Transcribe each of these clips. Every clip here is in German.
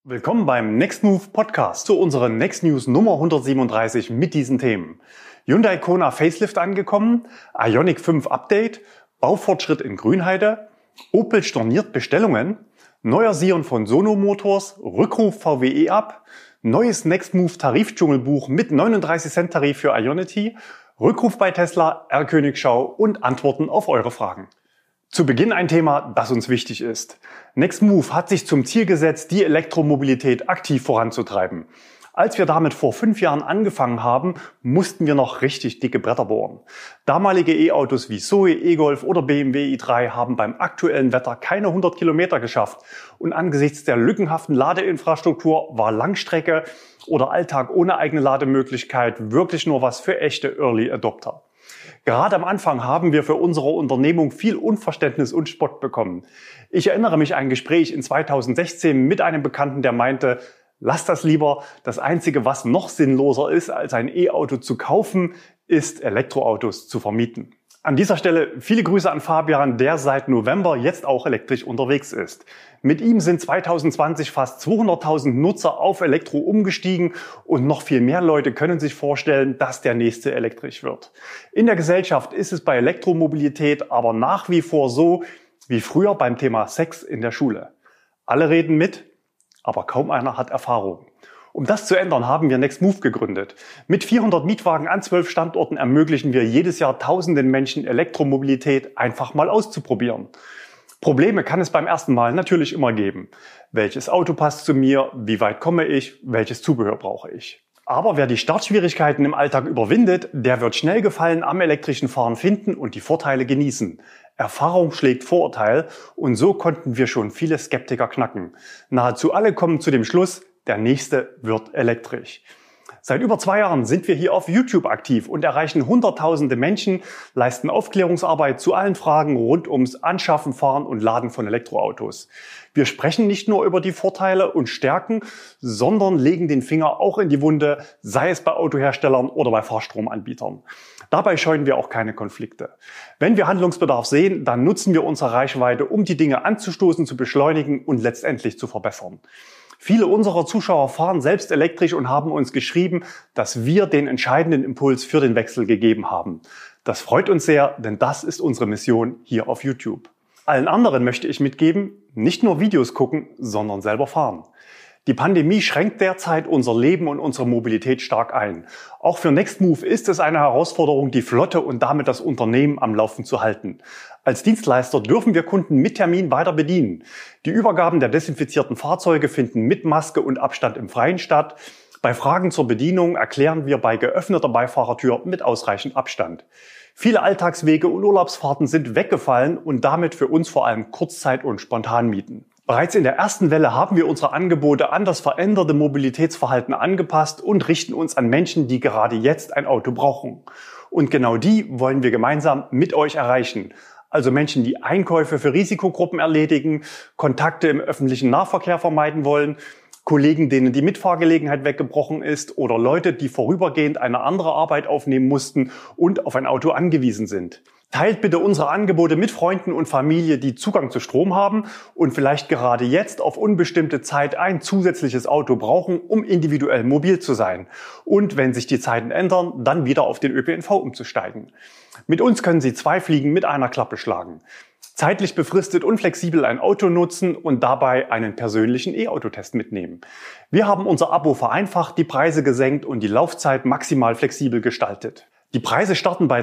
Willkommen beim Next Move Podcast zu unserer Next News Nummer 137 mit diesen Themen. Hyundai Kona Facelift angekommen, Ioniq 5 Update, Baufortschritt in Grünheide, Opel storniert Bestellungen, neuer Sion von Sono Motors, Rückruf VW ab, neues Next Move Tarifdschungelbuch mit 39 Cent Tarif für Ionity, Rückruf bei Tesla, R-Königschau und Antworten auf eure Fragen. Zu Beginn ein Thema, das uns wichtig ist. Next Move hat sich zum Ziel gesetzt, die Elektromobilität aktiv voranzutreiben. Als wir damit vor 5 Jahren angefangen haben, mussten wir noch richtig dicke Bretter bohren. Damalige E-Autos wie Zoe, E-Golf oder BMW i3 haben beim aktuellen Wetter keine 100 Kilometer geschafft. Und angesichts der lückenhaften Ladeinfrastruktur war Langstrecke oder Alltag ohne eigene Lademöglichkeit wirklich nur was für echte Early Adopter. Gerade am Anfang haben wir für unsere Unternehmung viel Unverständnis und Spott bekommen. Ich erinnere mich an ein Gespräch in 2016 mit einem Bekannten, der meinte, lass das lieber. Das Einzige, was noch sinnloser ist, als ein E-Auto zu kaufen, ist Elektroautos zu vermieten. An dieser Stelle viele Grüße an Fabian, der seit November jetzt auch elektrisch unterwegs ist. Mit ihm sind 2020 fast 200.000 Nutzer auf Elektro umgestiegen und noch viel mehr Leute können sich vorstellen, dass der nächste elektrisch wird. In der Gesellschaft ist es bei Elektromobilität aber nach wie vor so wie früher beim Thema Sex in der Schule. Alle reden mit, aber kaum einer hat Erfahrung. Um das zu ändern, haben wir Next Move gegründet. Mit 400 Mietwagen an 12 Standorten ermöglichen wir jedes Jahr tausenden Menschen Elektromobilität einfach mal auszuprobieren. Probleme kann es beim ersten Mal natürlich immer geben. Welches Auto passt zu mir? Wie weit komme ich? Welches Zubehör brauche ich? Aber wer die Startschwierigkeiten im Alltag überwindet, der wird schnell Gefallen am elektrischen Fahren finden und die Vorteile genießen. Erfahrung schlägt Vorurteil und so konnten wir schon viele Skeptiker knacken. Nahezu alle kommen zu dem Schluss, der nächste wird elektrisch. Seit über 2 Jahren sind wir hier auf YouTube aktiv und erreichen Hunderttausende Menschen, leisten Aufklärungsarbeit zu allen Fragen rund ums Anschaffen, Fahren und Laden von Elektroautos. Wir sprechen nicht nur über die Vorteile und Stärken, sondern legen den Finger auch in die Wunde, sei es bei Autoherstellern oder bei Fahrstromanbietern. Dabei scheuen wir auch keine Konflikte. Wenn wir Handlungsbedarf sehen, dann nutzen wir unsere Reichweite, um die Dinge anzustoßen, zu beschleunigen und letztendlich zu verbessern. Viele unserer Zuschauer fahren selbst elektrisch und haben uns geschrieben, dass wir den entscheidenden Impuls für den Wechsel gegeben haben. Das freut uns sehr, denn das ist unsere Mission hier auf YouTube. Allen anderen möchte ich mitgeben, nicht nur Videos gucken, sondern selber fahren. Die Pandemie schränkt derzeit unser Leben und unsere Mobilität stark ein. Auch für Next Move ist es eine Herausforderung, die Flotte und damit das Unternehmen am Laufen zu halten. Als Dienstleister dürfen wir Kunden mit Termin weiter bedienen. Die Übergaben der desinfizierten Fahrzeuge finden mit Maske und Abstand im Freien statt. Bei Fragen zur Bedienung erklären wir bei geöffneter Beifahrertür mit ausreichend Abstand. Viele Alltagswege und Urlaubsfahrten sind weggefallen und damit für uns vor allem Kurzzeit- und Spontanmieten. Bereits in der ersten Welle haben wir unsere Angebote an das veränderte Mobilitätsverhalten angepasst und richten uns an Menschen, die gerade jetzt ein Auto brauchen. Und genau die wollen wir gemeinsam mit euch erreichen. Also Menschen, die Einkäufe für Risikogruppen erledigen, Kontakte im öffentlichen Nahverkehr vermeiden wollen, Kollegen, denen die Mitfahrgelegenheit weggebrochen ist oder Leute, die vorübergehend eine andere Arbeit aufnehmen mussten und auf ein Auto angewiesen sind. Teilt bitte unsere Angebote mit Freunden und Familie, die Zugang zu Strom haben und vielleicht gerade jetzt auf unbestimmte Zeit ein zusätzliches Auto brauchen, um individuell mobil zu sein. Und wenn sich die Zeiten ändern, dann wieder auf den ÖPNV umzusteigen. Mit uns können Sie 2 Fliegen mit einer Klappe schlagen. Zeitlich befristet und flexibel ein Auto nutzen und dabei einen persönlichen E-Auto-Test mitnehmen. Wir haben unser Abo vereinfacht, die Preise gesenkt und die Laufzeit maximal flexibel gestaltet. Die Preise starten bei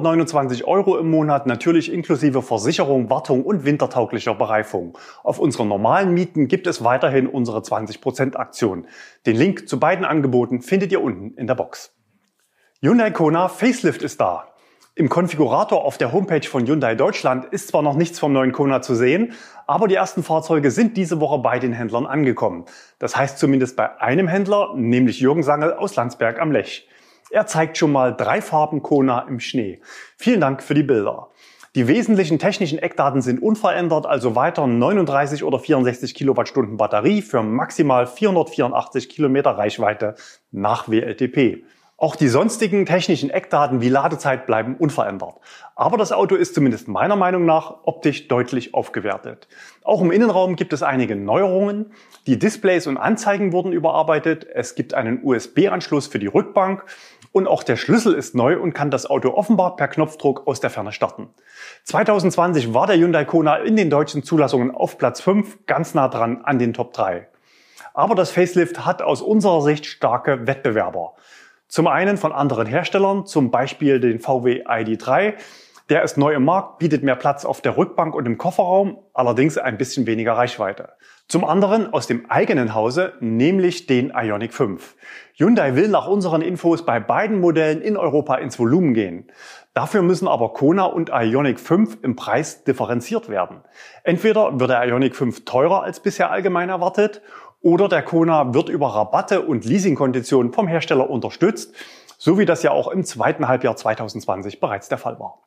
329 € im Monat, natürlich inklusive Versicherung, Wartung und wintertauglicher Bereifung. Auf unseren normalen Mieten gibt es weiterhin unsere 20% Aktion. Den Link zu beiden Angeboten findet ihr unten in der Box. Hyundai Kona Facelift ist da. Im Konfigurator auf der Homepage von Hyundai Deutschland ist zwar noch nichts vom neuen Kona zu sehen, aber die ersten Fahrzeuge sind diese Woche bei den Händlern angekommen. Das heißt zumindest bei einem Händler, nämlich Jürgen Sangel aus Landsberg am Lech. Er zeigt schon mal 3 Farben Kona im Schnee. Vielen Dank für die Bilder. Die wesentlichen technischen Eckdaten sind unverändert, also weiter 39 oder 64 Kilowattstunden Batterie für maximal 484 Kilometer Reichweite nach WLTP. Auch die sonstigen technischen Eckdaten wie Ladezeit bleiben unverändert. Aber das Auto ist zumindest meiner Meinung nach optisch deutlich aufgewertet. Auch im Innenraum gibt es einige Neuerungen. Die Displays und Anzeigen wurden überarbeitet. Es gibt einen USB-Anschluss für die Rückbank. Und auch der Schlüssel ist neu und kann das Auto offenbar per Knopfdruck aus der Ferne starten. 2020 war der Hyundai Kona in den deutschen Zulassungen auf Platz 5, ganz nah dran an den Top 3. Aber das Facelift hat aus unserer Sicht starke Wettbewerber. Zum einen von anderen Herstellern, zum Beispiel den VW ID.3. Der ist neu im Markt, bietet mehr Platz auf der Rückbank und im Kofferraum, allerdings ein bisschen weniger Reichweite. Zum anderen aus dem eigenen Hause, nämlich den Ioniq 5. Hyundai will nach unseren Infos bei beiden Modellen in Europa ins Volumen gehen. Dafür müssen aber Kona und Ioniq 5 im Preis differenziert werden. Entweder wird der Ioniq 5 teurer als bisher allgemein erwartet, oder der Kona wird über Rabatte und Leasingkonditionen vom Hersteller unterstützt, so wie das ja auch im zweiten Halbjahr 2020 bereits der Fall war.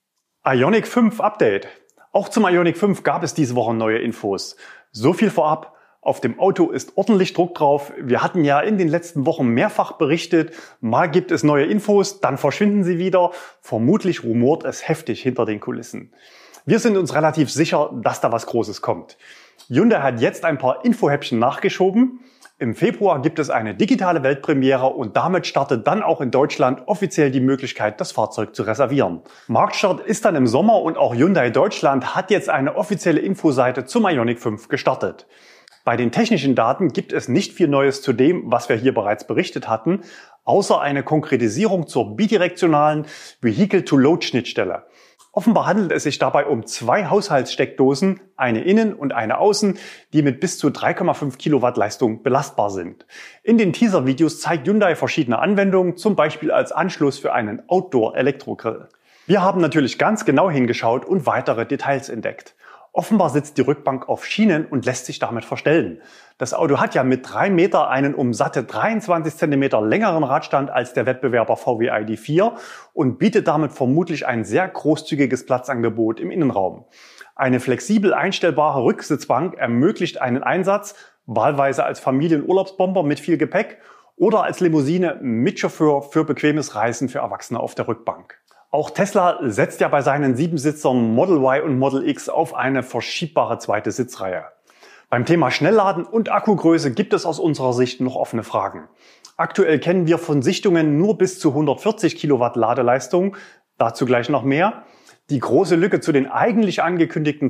Ioniq 5 Update. Auch zum Ioniq 5 gab es diese Woche neue Infos. So viel vorab. Auf dem Auto ist ordentlich Druck drauf. Wir hatten ja in den letzten Wochen mehrfach berichtet, mal gibt es neue Infos, dann verschwinden sie wieder. Vermutlich rumort es heftig hinter den Kulissen. Wir sind uns relativ sicher, dass da was Großes kommt. Hyundai hat jetzt ein paar Infohäppchen nachgeschoben. Im Februar gibt es eine digitale Weltpremiere und damit startet dann auch in Deutschland offiziell die Möglichkeit, das Fahrzeug zu reservieren. Marktstart ist dann im Sommer und auch Hyundai Deutschland hat jetzt eine offizielle Infoseite zum Ioniq 5 gestartet. Bei den technischen Daten gibt es nicht viel Neues zu dem, was wir hier bereits berichtet hatten, außer eine Konkretisierung zur bidirektionalen Vehicle-to-Load-Schnittstelle. Offenbar handelt es sich dabei um 2 Haushaltssteckdosen, eine innen und eine außen, die mit bis zu 3,5 Kilowatt Leistung belastbar sind. In den Teaser-Videos zeigt Hyundai verschiedene Anwendungen, zum Beispiel als Anschluss für einen Outdoor-Elektrogrill. Wir haben natürlich ganz genau hingeschaut und weitere Details entdeckt. Offenbar sitzt die Rückbank auf Schienen und lässt sich damit verstellen. Das Auto hat ja mit 3 Meter einen um satte 23 Zentimeter längeren Radstand als der Wettbewerber VW ID.4 und bietet damit vermutlich ein sehr großzügiges Platzangebot im Innenraum. Eine flexibel einstellbare Rücksitzbank ermöglicht einen Einsatz, wahlweise als Familienurlaubsbomber mit viel Gepäck oder als Limousine mit Chauffeur für bequemes Reisen für Erwachsene auf der Rückbank. Auch Tesla setzt ja bei seinen 7-Sitzern Model Y und Model X auf eine verschiebbare zweite Sitzreihe. Beim Thema Schnellladen und Akkugröße gibt es aus unserer Sicht noch offene Fragen. Aktuell kennen wir von Sichtungen nur bis zu 140 Kilowatt Ladeleistung, dazu gleich noch mehr. Die große Lücke zu den eigentlich angekündigten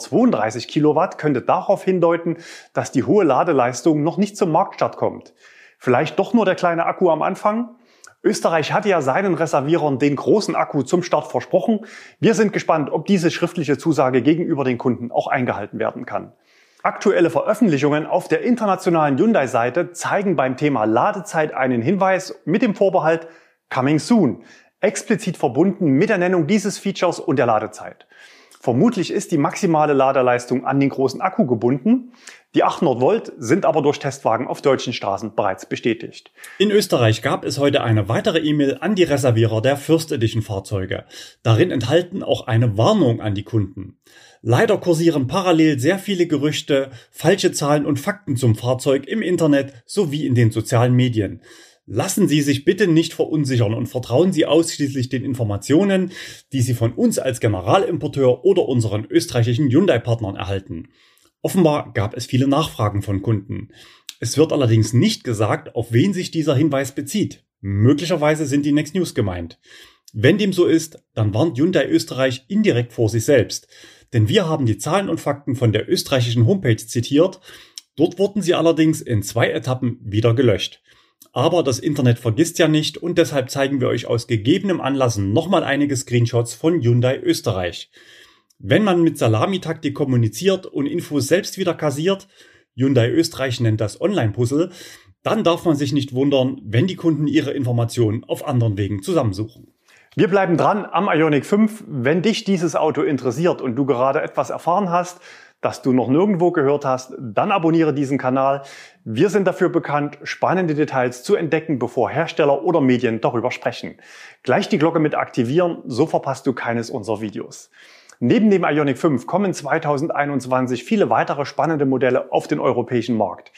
232 Kilowatt könnte darauf hindeuten, dass die hohe Ladeleistung noch nicht zum Marktstart kommt. Vielleicht doch nur der kleine Akku am Anfang? Österreich hatte ja seinen Reservierern den großen Akku zum Start versprochen. Wir sind gespannt, ob diese schriftliche Zusage gegenüber den Kunden auch eingehalten werden kann. Aktuelle Veröffentlichungen auf der internationalen Hyundai-Seite zeigen beim Thema Ladezeit einen Hinweis mit dem Vorbehalt Coming Soon, explizit verbunden mit der Nennung dieses Features und der Ladezeit. Vermutlich ist die maximale Ladeleistung an den großen Akku gebunden. Die 800 Volt sind aber durch Testwagen auf deutschen Straßen bereits bestätigt. In Österreich gab es heute eine weitere E-Mail an die Reservierer der First Edition Fahrzeuge. Darin enthalten auch eine Warnung an die Kunden. Leider kursieren parallel sehr viele Gerüchte, falsche Zahlen und Fakten zum Fahrzeug im Internet sowie in den sozialen Medien. Lassen Sie sich bitte nicht verunsichern und vertrauen Sie ausschließlich den Informationen, die Sie von uns als Generalimporteur oder unseren österreichischen Hyundai-Partnern erhalten. Offenbar gab es viele Nachfragen von Kunden. Es wird allerdings nicht gesagt, auf wen sich dieser Hinweis bezieht. Möglicherweise sind die Next News gemeint. Wenn dem so ist, dann warnt Hyundai Österreich indirekt vor sich selbst. Denn wir haben die Zahlen und Fakten von der österreichischen Homepage zitiert. Dort wurden sie allerdings in 2 Etappen wieder gelöscht. Aber das Internet vergisst ja nicht und deshalb zeigen wir euch aus gegebenem Anlass nochmal einige Screenshots von Hyundai Österreich. Wenn man mit Salamitaktik kommuniziert und Infos selbst wieder kassiert, Hyundai Österreich nennt das Online-Puzzle, dann darf man sich nicht wundern, wenn die Kunden ihre Informationen auf anderen Wegen zusammensuchen. Wir bleiben dran am Ioniq 5. Wenn dich dieses Auto interessiert und du gerade etwas erfahren hast, das du noch nirgendwo gehört hast, dann abonniere diesen Kanal. Wir sind dafür bekannt, spannende Details zu entdecken, bevor Hersteller oder Medien darüber sprechen. Gleich die Glocke mit aktivieren, so verpasst du keines unserer Videos. Neben dem Ioniq 5 kommen 2021 viele weitere spannende Modelle auf den europäischen Markt.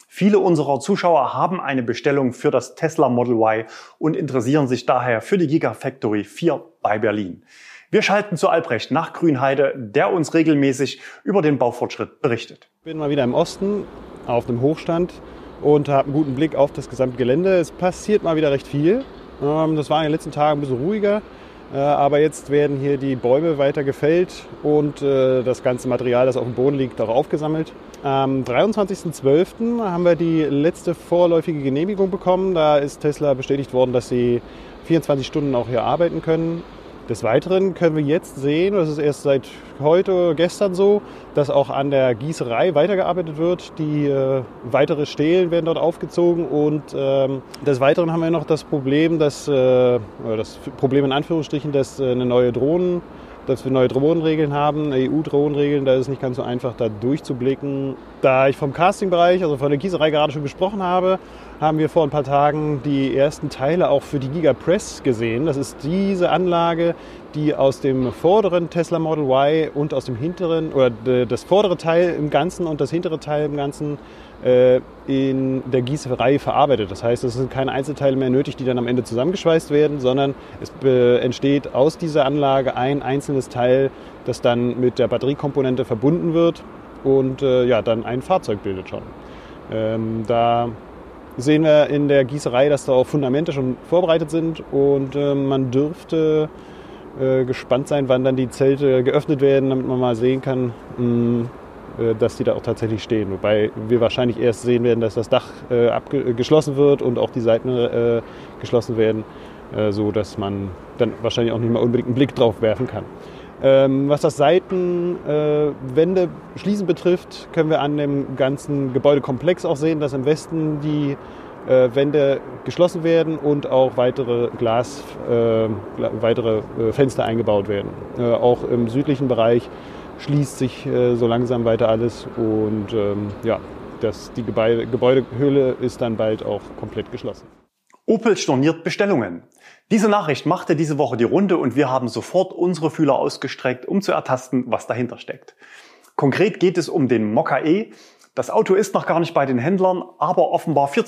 Viele unserer Zuschauer haben eine Bestellung für das Tesla Model Y und interessieren sich daher für die Gigafactory 4 bei Berlin. Wir schalten zu Albrecht nach Grünheide, der uns regelmäßig über den Baufortschritt berichtet. Ich bin mal wieder im Osten auf einem Hochstand und habe einen guten Blick auf das gesamte Gelände. Es passiert mal wieder recht viel. Das war in den letzten Tagen ein bisschen ruhiger. Aber jetzt werden hier die Bäume weiter gefällt und das ganze Material, das auf dem Boden liegt, auch aufgesammelt. Am 23.12. haben wir die letzte vorläufige Genehmigung bekommen. Da ist Tesla bestätigt worden, dass sie 24 Stunden auch hier arbeiten können. Des Weiteren können wir jetzt sehen, das ist erst seit heute oder gestern so, dass auch an der Gießerei weitergearbeitet wird. Die weitere Stelen werden dort aufgezogen und des Weiteren haben wir noch das Problem, das Problem in Anführungsstrichen, dass wir neue Drohnenregeln haben, EU-Drohnenregeln. Da ist es nicht ganz so einfach, da durchzublicken. Da ich vom Castingbereich, also von der Gießerei gerade schon gesprochen habe, haben wir vor ein paar Tagen die ersten Teile auch für die Gigapress gesehen. Das ist diese Anlage, die aus dem vorderen Tesla Model Y und aus dem hinteren, oder das vordere Teil im Ganzen und das hintere Teil im Ganzen in der Gießerei verarbeitet. Das heißt, es sind keine Einzelteile mehr nötig, die dann am Ende zusammengeschweißt werden, sondern es entsteht aus dieser Anlage ein einzelnes Teil, das dann mit der Batteriekomponente verbunden wird und dann ein Fahrzeug bildet schon. Da sehen wir in der Gießerei, dass da auch Fundamente schon vorbereitet sind und man dürfte gespannt sein, wann dann die Zelte geöffnet werden, damit man mal sehen kann, dass die da auch tatsächlich stehen. Wobei wir wahrscheinlich erst sehen werden, dass das Dach geschlossen wird und auch die Seiten geschlossen werden, so dass man dann wahrscheinlich auch nicht mehr unbedingt einen Blick drauf werfen kann. Was das Seitenwände schließen betrifft, können wir an dem ganzen Gebäudekomplex auch sehen, dass im Westen die Wände geschlossen werden und auch weitere Fenster eingebaut werden. Auch im südlichen Bereich schließt sich so langsam weiter alles und die Gebäudehülle ist dann bald auch komplett geschlossen. Opel storniert Bestellungen. Diese Nachricht machte diese Woche die Runde und wir haben sofort unsere Fühler ausgestreckt, um zu ertasten, was dahinter steckt. Konkret geht es um den Mokka E. Das Auto ist noch gar nicht bei den Händlern, aber offenbar für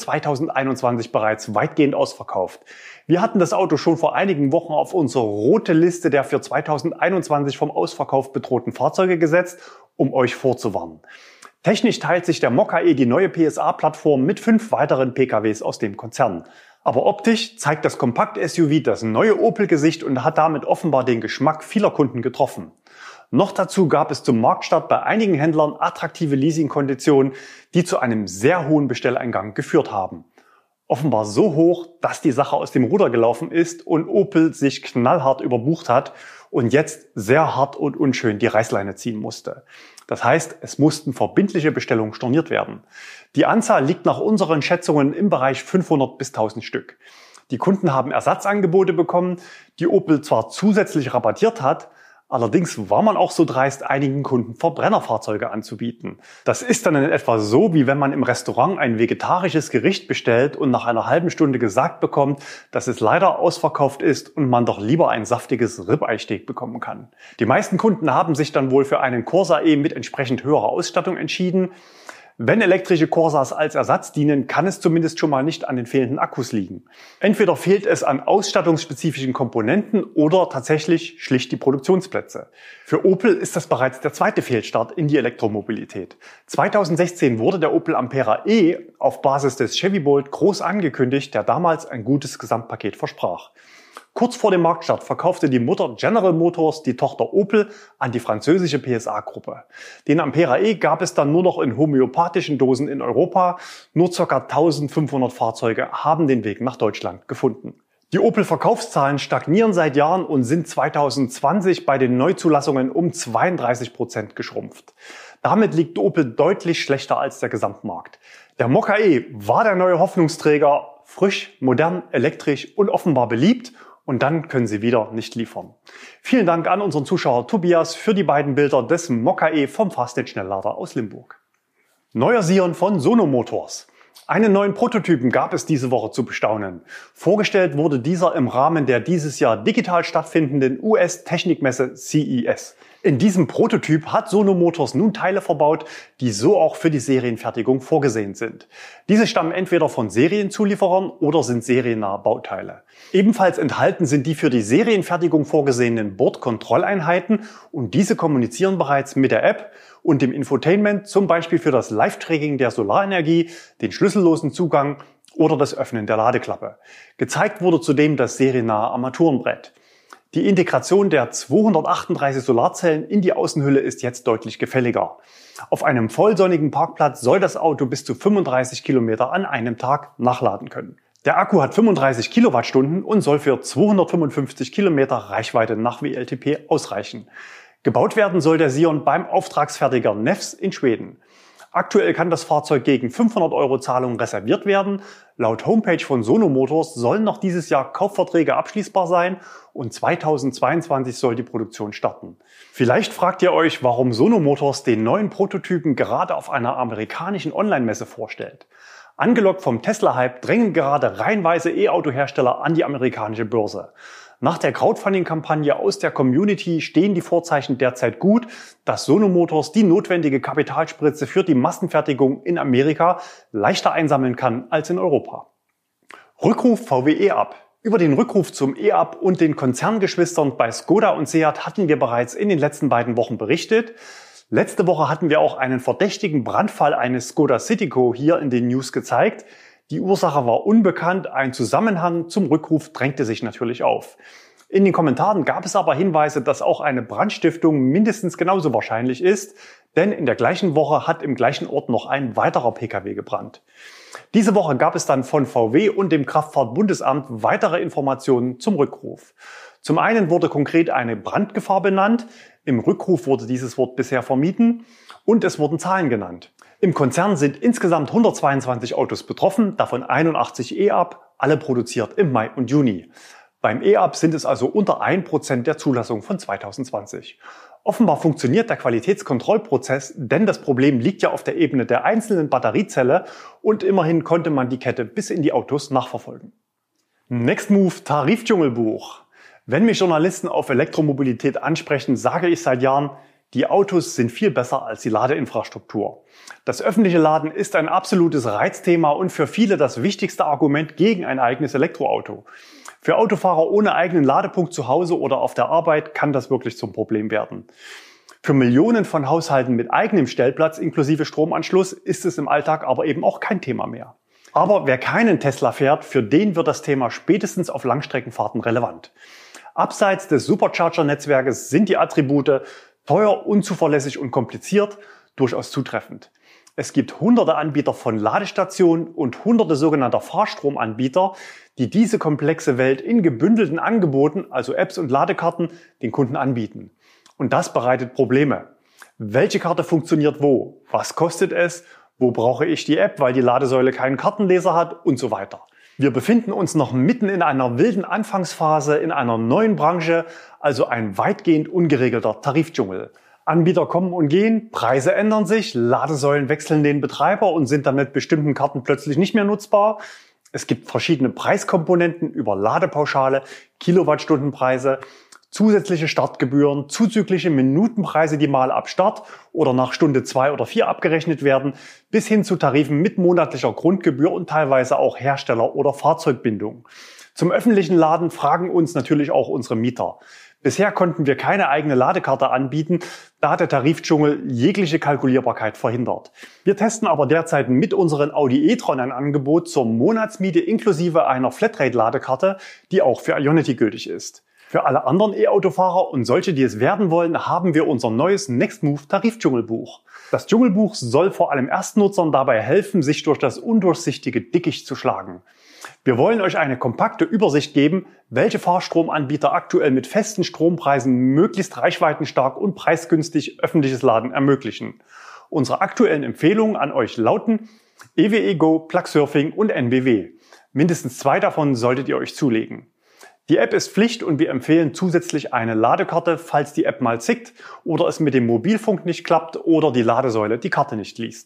2021 bereits weitgehend ausverkauft. Wir hatten das Auto schon vor einigen Wochen auf unsere rote Liste der für 2021 vom Ausverkauf bedrohten Fahrzeuge gesetzt, um euch vorzuwarnen. Technisch teilt sich der Mokka E die neue PSA-Plattform mit 5 weiteren PKWs aus dem Konzern. Aber optisch zeigt das Kompakt-SUV das neue Opel-Gesicht und hat damit offenbar den Geschmack vieler Kunden getroffen. Noch dazu gab es zum Marktstart bei einigen Händlern attraktive Leasingkonditionen, die zu einem sehr hohen Bestelleingang geführt haben. Offenbar so hoch, dass die Sache aus dem Ruder gelaufen ist und Opel sich knallhart überbucht hat und jetzt sehr hart und unschön die Reißleine ziehen musste. Das heißt, es mussten verbindliche Bestellungen storniert werden. Die Anzahl liegt nach unseren Schätzungen im Bereich 500 bis 1000 Stück. Die Kunden haben Ersatzangebote bekommen, die Opel zwar zusätzlich rabattiert hat, allerdings war man auch so dreist, einigen Kunden Verbrennerfahrzeuge anzubieten. Das ist dann in etwa so, wie wenn man im Restaurant ein vegetarisches Gericht bestellt und nach einer halben Stunde gesagt bekommt, dass es leider ausverkauft ist und man doch lieber ein saftiges Ribeye-Steak bekommen kann. Die meisten Kunden haben sich dann wohl für einen Corsa E mit entsprechend höherer Ausstattung entschieden. Wenn elektrische Corsas als Ersatz dienen, kann es zumindest schon mal nicht an den fehlenden Akkus liegen. Entweder fehlt es an ausstattungsspezifischen Komponenten oder tatsächlich schlicht die Produktionsplätze. Für Opel ist das bereits der zweite Fehlstart in die Elektromobilität. 2016 wurde der Opel Ampera E auf Basis des Chevy Bolt groß angekündigt, der damals ein gutes Gesamtpaket versprach. Kurz vor dem Marktstart verkaufte die Mutter General Motors die Tochter Opel an die französische PSA-Gruppe. Den Ampera E gab es dann nur noch in homöopathischen Dosen in Europa. Nur ca. 1500 Fahrzeuge haben den Weg nach Deutschland gefunden. Die Opel-Verkaufszahlen stagnieren seit Jahren und sind 2020 bei den Neuzulassungen um 32% geschrumpft. Damit liegt Opel deutlich schlechter als der Gesamtmarkt. Der Mokka E war der neue Hoffnungsträger, frisch, modern, elektrisch und offenbar beliebt. Und dann können sie wieder nicht liefern. Vielen Dank an unseren Zuschauer Tobias für die beiden Bilder des Mokka E vom Fastnet Schnelllader aus Limburg. Neuer Sion von Sono Motors. Einen neuen Prototypen gab es diese Woche zu bestaunen. Vorgestellt wurde dieser im Rahmen der dieses Jahr digital stattfindenden US-Technikmesse CES. In diesem Prototyp hat Sono Motors nun Teile verbaut, die so auch für die Serienfertigung vorgesehen sind. Diese stammen entweder von Serienzulieferern oder sind seriennahe Bauteile. Ebenfalls enthalten sind die für die Serienfertigung vorgesehenen Bordkontrolleinheiten und diese kommunizieren bereits mit der App und dem Infotainment, zum Beispiel für das Live-Tracking der Solarenergie, den schlüssellosen Zugang oder das Öffnen der Ladeklappe. Gezeigt wurde zudem das seriennahe Armaturenbrett. Die Integration der 238 Solarzellen in die Außenhülle ist jetzt deutlich gefälliger. Auf einem vollsonnigen Parkplatz soll das Auto bis zu 35 Kilometer an einem Tag nachladen können. Der Akku hat 35 Kilowattstunden und soll für 255 Kilometer Reichweite nach WLTP ausreichen. Gebaut werden soll der Sion beim Auftragsfertiger Nefs in Schweden. Aktuell kann das Fahrzeug gegen 500 € Zahlung reserviert werden. Laut Homepage von Sono Motors sollen noch dieses Jahr Kaufverträge abschließbar sein und 2022 soll die Produktion starten. Vielleicht fragt ihr euch, warum Sono Motors den neuen Prototypen gerade auf einer amerikanischen Online-Messe vorstellt. Angelockt vom Tesla-Hype drängen gerade reihenweise E-Auto-Hersteller an die amerikanische Börse. Nach der Crowdfunding-Kampagne aus der Community stehen die Vorzeichen derzeit gut, dass Sono Motors die notwendige Kapitalspritze für die Massenfertigung in Amerika leichter einsammeln kann als in Europa. Rückruf VW E-Up. Über den Rückruf zum E-Up und den Konzerngeschwistern bei Skoda und Seat hatten wir bereits in den letzten beiden Wochen berichtet. Letzte Woche hatten wir auch einen verdächtigen Brandfall eines Skoda Citigo hier in den News gezeigt. Die Ursache war unbekannt, ein Zusammenhang zum Rückruf drängte sich natürlich auf. In den Kommentaren gab es aber Hinweise, dass auch eine Brandstiftung mindestens genauso wahrscheinlich ist, denn in der gleichen Woche hat im gleichen Ort noch ein weiterer Pkw gebrannt. Diese Woche gab es dann von VW und dem Kraftfahrtbundesamt weitere Informationen zum Rückruf. Zum einen wurde konkret eine Brandgefahr benannt, im Rückruf wurde dieses Wort bisher vermieden und es wurden Zahlen genannt. Im Konzern sind insgesamt 122 Autos betroffen, davon 81 E-Up, alle produziert im Mai und Juni. Beim E-Up sind es also unter 1% der Zulassung von 2020. Offenbar funktioniert der Qualitätskontrollprozess, denn das Problem liegt ja auf der Ebene der einzelnen Batteriezelle und immerhin konnte man die Kette bis in die Autos nachverfolgen. Next Move Tarifdschungelbuch. Wenn mich Journalisten auf Elektromobilität ansprechen, sage ich seit Jahren, die Autos sind viel besser als die Ladeinfrastruktur. Das öffentliche Laden ist ein absolutes Reizthema und für viele das wichtigste Argument gegen ein eigenes Elektroauto. Für Autofahrer ohne eigenen Ladepunkt zu Hause oder auf der Arbeit kann das wirklich zum Problem werden. Für Millionen von Haushalten mit eigenem Stellplatz inklusive Stromanschluss ist es im Alltag aber eben auch kein Thema mehr. Aber wer keinen Tesla fährt, für den wird das Thema spätestens auf Langstreckenfahrten relevant. Abseits des Supercharger-Netzwerkes sind die Attribute teuer, unzuverlässig und kompliziert durchaus zutreffend. Es gibt hunderte Anbieter von Ladestationen und hunderte sogenannter Fahrstromanbieter, die diese komplexe Welt in gebündelten Angeboten, also Apps und Ladekarten, den Kunden anbieten. Und das bereitet Probleme. Welche Karte funktioniert wo? Was kostet es? Wo brauche ich die App, weil die Ladesäule keinen Kartenleser hat? Und so weiter. Wir befinden uns noch mitten in einer wilden Anfangsphase in einer neuen Branche, also ein weitgehend ungeregelter Tarifdschungel. Anbieter kommen und gehen, Preise ändern sich, Ladesäulen wechseln den Betreiber und sind dann mit bestimmten Karten plötzlich nicht mehr nutzbar. Es gibt verschiedene Preiskomponenten über Ladepauschale, Kilowattstundenpreise, zusätzliche Startgebühren, zuzügliche Minutenpreise, die mal ab Start oder nach Stunde 2 oder 4 abgerechnet werden, bis hin zu Tarifen mit monatlicher Grundgebühr und teilweise auch Hersteller- oder Fahrzeugbindung. Zum öffentlichen Laden fragen uns natürlich auch unsere Mieter. Bisher konnten wir keine eigene Ladekarte anbieten, da hat der Tarifdschungel jegliche Kalkulierbarkeit verhindert. Wir testen aber derzeit mit unseren Audi e-tron ein Angebot zur Monatsmiete inklusive einer Flatrate-Ladekarte, die auch für Ionity gültig ist. Für alle anderen E-Autofahrer und solche, die es werden wollen, haben wir unser neues Next Move Tarifdschungelbuch. Das Dschungelbuch soll vor allem Erstnutzern dabei helfen, sich durch das undurchsichtige Dickicht zu schlagen. Wir wollen euch eine kompakte Übersicht geben, welche Fahrstromanbieter aktuell mit festen Strompreisen möglichst reichweitenstark und preisgünstig öffentliches Laden ermöglichen. Unsere aktuellen Empfehlungen an euch lauten EWE Go, Plugsurfing und NBW. Mindestens 2 davon solltet ihr euch zulegen. Die App ist Pflicht und wir empfehlen zusätzlich eine Ladekarte, falls die App mal zickt oder es mit dem Mobilfunk nicht klappt oder die Ladesäule die Karte nicht liest.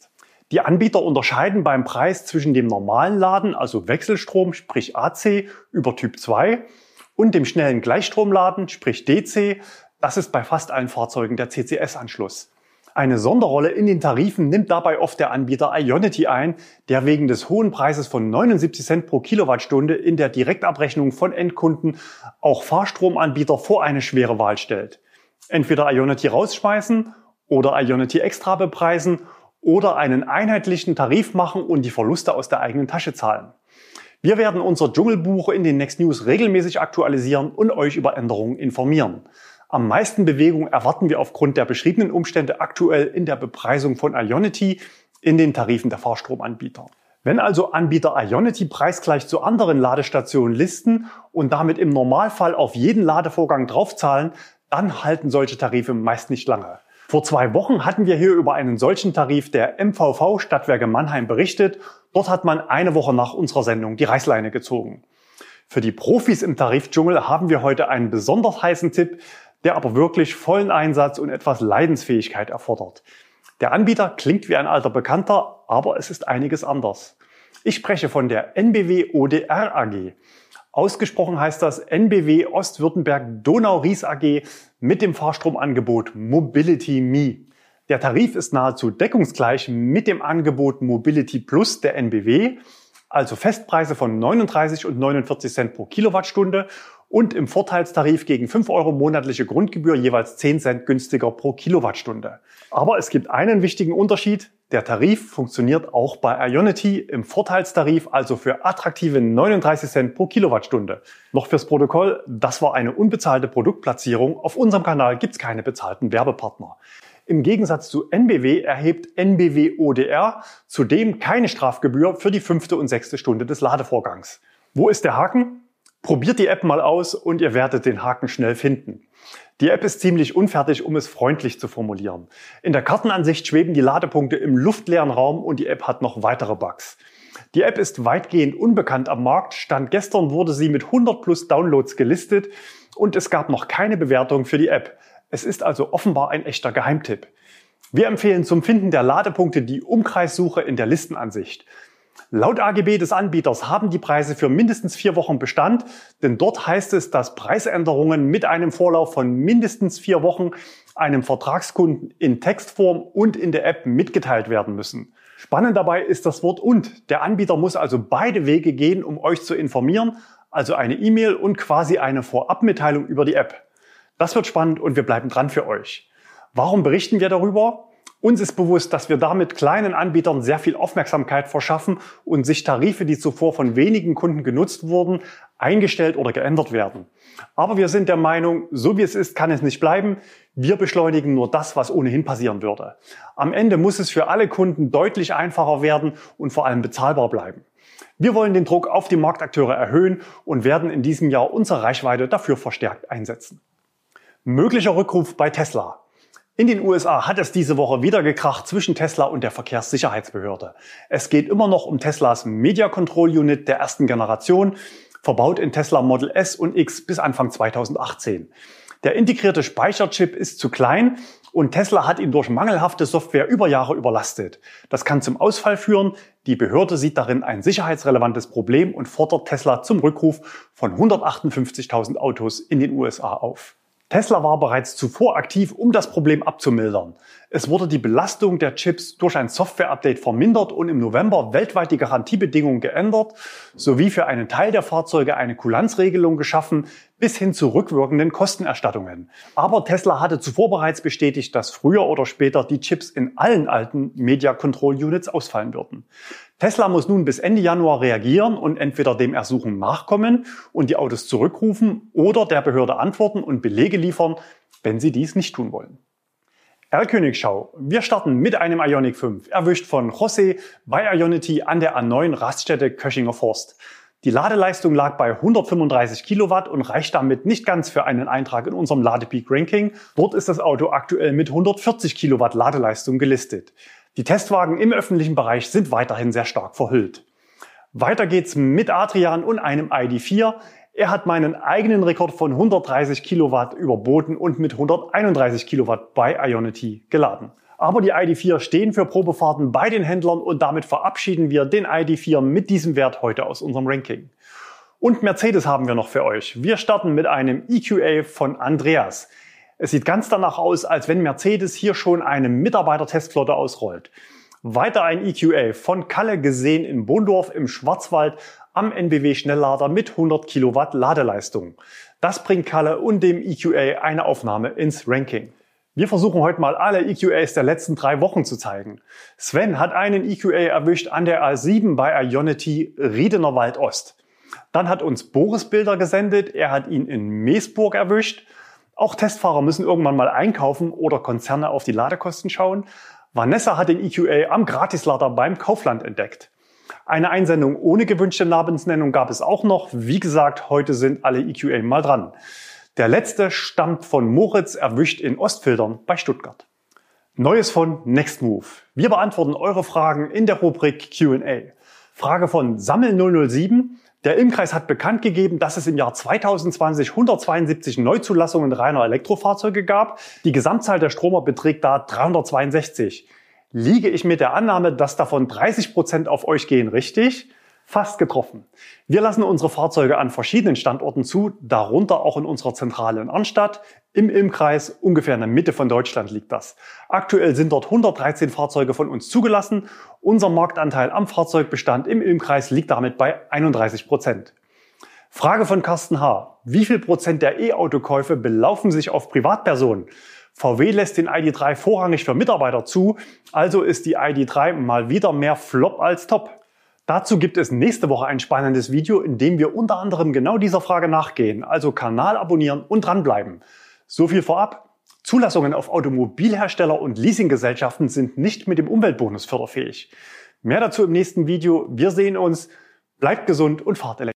Die Anbieter unterscheiden beim Preis zwischen dem normalen Laden, also Wechselstrom, sprich AC, über Typ 2 und dem schnellen Gleichstromladen, sprich DC. Das ist bei fast allen Fahrzeugen der CCS-Anschluss. Eine Sonderrolle in den Tarifen nimmt dabei oft der Anbieter Ionity ein, der wegen des hohen Preises von 79 Cent pro Kilowattstunde in der Direktabrechnung von Endkunden auch Fahrstromanbieter vor eine schwere Wahl stellt. Entweder Ionity rausschmeißen oder Ionity extra bepreisen oder einen einheitlichen Tarif machen und die Verluste aus der eigenen Tasche zahlen. Wir werden unser Dschungelbuch in den Next News regelmäßig aktualisieren und euch über Änderungen informieren. Am meisten Bewegung erwarten wir aufgrund der beschriebenen Umstände aktuell in der Bepreisung von Ionity in den Tarifen der Fahrstromanbieter. Wenn also Anbieter Ionity preisgleich zu anderen Ladestationen listen und damit im Normalfall auf jeden Ladevorgang draufzahlen, dann halten solche Tarife meist nicht lange. Vor 2 Wochen hatten wir hier über einen solchen Tarif der MVV Stadtwerke Mannheim berichtet. Dort hat man eine Woche nach unserer Sendung die Reißleine gezogen. Für die Profis im Tarifdschungel haben wir heute einen besonders heißen Tipp, der aber wirklich vollen Einsatz und etwas Leidensfähigkeit erfordert. Der Anbieter klingt wie ein alter Bekannter, aber es ist einiges anders. Ich spreche von der NBW ODR AG. Ausgesprochen heißt das NBW Ostwürttemberg Donau-Ries AG mit dem Fahrstromangebot Mobility Me. Der Tarif ist nahezu deckungsgleich mit dem Angebot Mobility Plus der NBW, also Festpreise von 39 und 49 Cent pro Kilowattstunde und im Vorteilstarif gegen 5 € monatliche Grundgebühr jeweils 10 Cent günstiger pro Kilowattstunde. Aber es gibt einen wichtigen Unterschied. Der Tarif funktioniert auch bei Ionity im Vorteilstarif, also für attraktive 39 Cent pro Kilowattstunde. Noch fürs Protokoll, das war eine unbezahlte Produktplatzierung. Auf unserem Kanal gibt es keine bezahlten Werbepartner. Im Gegensatz zu NBW erhebt NBW ODR zudem keine Strafgebühr für die 5. und 6. Stunde des Ladevorgangs. Wo ist der Haken? Probiert die App mal aus und ihr werdet den Haken schnell finden. Die App ist ziemlich unfertig, um es freundlich zu formulieren. In der Kartenansicht schweben die Ladepunkte im luftleeren Raum und die App hat noch weitere Bugs. Die App ist weitgehend unbekannt am Markt. Stand gestern wurde sie mit 100 plus Downloads gelistet und es gab noch keine Bewertung für die App. Es ist also offenbar ein echter Geheimtipp. Wir empfehlen zum Finden der Ladepunkte die Umkreissuche in der Listenansicht. Laut AGB des Anbieters haben die Preise für mindestens 4 Wochen Bestand, denn dort heißt es, dass Preisänderungen mit einem Vorlauf von mindestens 4 Wochen einem Vertragskunden in Textform und in der App mitgeteilt werden müssen. Spannend dabei ist das Wort "und". Der Anbieter muss also beide Wege gehen, um euch zu informieren, also eine E-Mail und quasi eine Vorabmitteilung über die App. Das wird spannend und wir bleiben dran für euch. Warum berichten wir darüber? Uns ist bewusst, dass wir damit kleinen Anbietern sehr viel Aufmerksamkeit verschaffen und sich Tarife, die zuvor von wenigen Kunden genutzt wurden, eingestellt oder geändert werden. Aber wir sind der Meinung, so wie es ist, kann es nicht bleiben. Wir beschleunigen nur das, was ohnehin passieren würde. Am Ende muss es für alle Kunden deutlich einfacher werden und vor allem bezahlbar bleiben. Wir wollen den Druck auf die Marktakteure erhöhen und werden in diesem Jahr unsere Reichweite dafür verstärkt einsetzen. Möglicher Rückruf bei Tesla. In den USA hat es diese Woche wieder gekracht zwischen Tesla und der Verkehrssicherheitsbehörde. Es geht immer noch um Teslas Media Control Unit der ersten Generation, verbaut in Tesla Model S und X bis Anfang 2018. Der integrierte Speicherchip ist zu klein und Tesla hat ihn durch mangelhafte Software über Jahre überlastet. Das kann zum Ausfall führen. Die Behörde sieht darin ein sicherheitsrelevantes Problem und fordert Tesla zum Rückruf von 158.000 Autos in den USA auf. Tesla war bereits zuvor aktiv, um das Problem abzumildern. Es wurde die Belastung der Chips durch ein Software-Update vermindert und im November weltweit die Garantiebedingungen geändert, sowie für einen Teil der Fahrzeuge eine Kulanzregelung geschaffen, bis hin zu rückwirkenden Kostenerstattungen. Aber Tesla hatte zuvor bereits bestätigt, dass früher oder später die Chips in allen alten Media Control Units ausfallen würden. Tesla muss nun bis Ende Januar reagieren und entweder dem Ersuchen nachkommen und die Autos zurückrufen oder der Behörde antworten und Belege liefern, wenn sie dies nicht tun wollen. R-Königschau. Wir starten mit einem Ioniq 5, erwischt von José bei Ionity an der A9 Raststätte Köchinger Forst. Die Ladeleistung lag bei 135 Kilowatt und reicht damit nicht ganz für einen Eintrag in unserem Ladepeak-Ranking. Dort ist das Auto aktuell mit 140 Kilowatt Ladeleistung gelistet. Die Testwagen im öffentlichen Bereich sind weiterhin sehr stark verhüllt. Weiter geht's mit Adrian und einem ID.4. Er hat meinen eigenen Rekord von 130 Kilowatt überboten und mit 131 Kilowatt bei Ionity geladen. Aber die ID.4 stehen für Probefahrten bei den Händlern und damit verabschieden wir den ID.4 mit diesem Wert heute aus unserem Ranking. Und Mercedes haben wir noch für euch. Wir starten mit einem EQA von Andreas. Es sieht ganz danach aus, als wenn Mercedes hier schon eine Mitarbeiter-Testflotte ausrollt. Weiter ein EQA von Kalle, gesehen in Bohndorf im Schwarzwald am NBW-Schnelllader mit 100 Kilowatt Ladeleistung. Das bringt Kalle und dem EQA eine Aufnahme ins Ranking. Wir versuchen heute mal alle EQAs der letzten 3 Wochen zu zeigen. Sven hat einen EQA erwischt an der A7 bei Ionity Riedener Wald Ost. Dann hat uns Boris Bilder gesendet, er hat ihn in Meesburg erwischt. Auch Testfahrer müssen irgendwann mal einkaufen oder Konzerne auf die Ladekosten schauen. Vanessa hat den EQA am Gratislader beim Kaufland entdeckt. Eine Einsendung ohne gewünschte Namensnennung gab es auch noch. Wie gesagt, heute sind alle EQA mal dran. Der letzte stammt von Moritz, erwischt in Ostfildern bei Stuttgart. Neues von Nextmove. Wir beantworten eure Fragen in der Rubrik Q&A. Frage von Sammel007. Der Imkreis hat bekannt gegeben, dass es im Jahr 2020 172 Neuzulassungen reiner Elektrofahrzeuge gab. Die Gesamtzahl der Stromer beträgt da 362. Liege ich mit der Annahme, dass davon 30% auf euch gehen, richtig? Fast getroffen. Wir lassen unsere Fahrzeuge an verschiedenen Standorten zu, darunter auch in unserer Zentrale in Arnstadt. Im Ilmkreis, ungefähr in der Mitte von Deutschland liegt das. Aktuell sind dort 113 Fahrzeuge von uns zugelassen. Unser Marktanteil am Fahrzeugbestand im Ilmkreis liegt damit bei 31%. Frage von Carsten H. Wie viel Prozent der E-Autokäufe belaufen sich auf Privatpersonen? VW lässt den ID.3 vorrangig für Mitarbeiter zu, also ist die ID.3 mal wieder mehr Flop als Top. Dazu gibt es nächste Woche ein spannendes Video, in dem wir unter anderem genau dieser Frage nachgehen. Also Kanal abonnieren und dranbleiben. So viel vorab. Zulassungen auf Automobilhersteller und Leasinggesellschaften sind nicht mit dem Umweltbonus förderfähig. Mehr dazu im nächsten Video. Wir sehen uns. Bleibt gesund und fahrt elektrisch.